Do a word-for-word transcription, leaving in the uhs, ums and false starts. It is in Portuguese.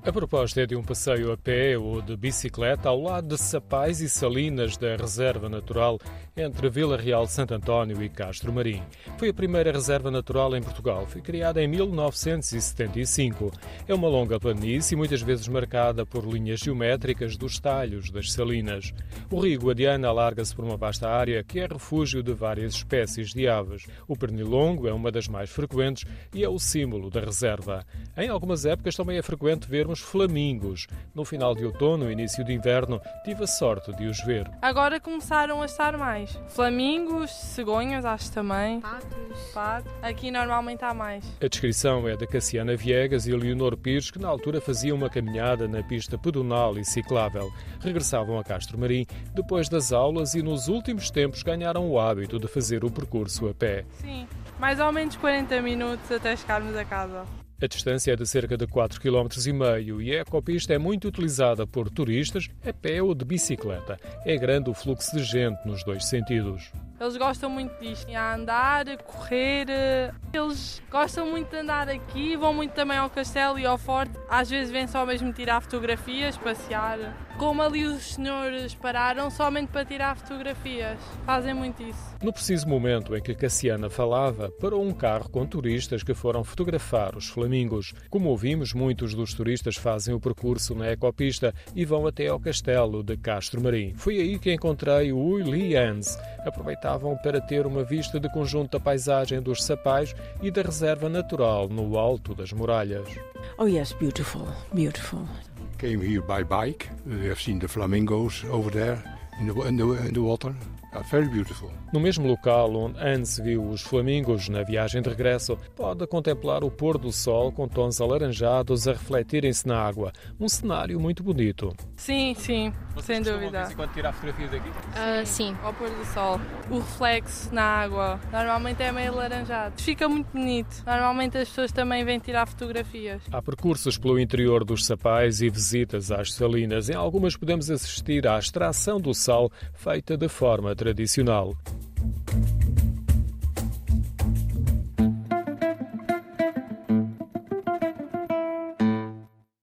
A proposta é de um passeio a pé ou de bicicleta ao lado de Sapais e Salinas da Reserva Natural entre Vila Real de Santo António e Castro Marim. Foi a primeira reserva natural em Portugal. Foi criada em mil novecentos e setenta e cinco. É uma longa planície, muitas vezes marcada por linhas geométricas dos talhos das salinas. O rio Guadiana alarga-se por uma vasta área que é refúgio de várias espécies de aves. O pernilongo é uma das mais frequentes e é o símbolo da reserva. Em algumas épocas também é frequente vermos flamingos. No final de outono e início de inverno, tive a sorte de os ver. Agora começaram a estar mais. Flamingos, cegonhas, acho também. Patos. Pato. Aqui normalmente há mais. A descrição é da Cassiana Viegas e Leonor Pires, que na altura faziam uma caminhada na pista pedonal e ciclável. Regressavam a Castro Marim depois das aulas e nos últimos tempos ganharam o hábito de fazer o percurso a pé. Sim, mais ou menos quarenta minutos até chegarmos a casa. A distância é de cerca de quatro vírgula cinco quilómetros e a ecopista é muito utilizada por turistas a pé ou de bicicleta. É grande o fluxo de gente nos dois sentidos. Eles gostam muito disto, a andar, a correr. Eles gostam muito de andar aqui, vão muito também ao castelo e ao forte. Às vezes vêm só mesmo tirar fotografias, passear. Como ali os senhores pararam somente para tirar fotografias. Fazem muito isso. No preciso momento em que Cassiana falava, parou um carro com turistas que foram fotografar os flamingos. Como ouvimos, muitos dos turistas fazem o percurso na ecopista e vão até ao castelo de Castro Marim. Foi aí que encontrei o Uli Hans. Aproveitavam para ter uma vista de conjunto da paisagem dos Sapais e da reserva natural no alto das muralhas. Oh yes, beautiful, beautiful. Came here by bike. We have seen the flamingos over there in the, in the, in the water. Uh, very beautiful. No mesmo local onde Hans viu os flamingos na viagem de regresso, pode contemplar o pôr do sol com tons alaranjados a refletirem-se na água. Um cenário muito bonito. Sim, sim, sem dúvida. Quando tirar fotografias aqui? Uh, sim. Ao pôr do sol. O reflexo na água normalmente é meio alaranjado. Fica muito bonito. Normalmente as pessoas também vêm tirar fotografias. Há percursos pelo interior dos Sapais e visitas às salinas. Em algumas podemos assistir à extração do sal feita de forma tradicional.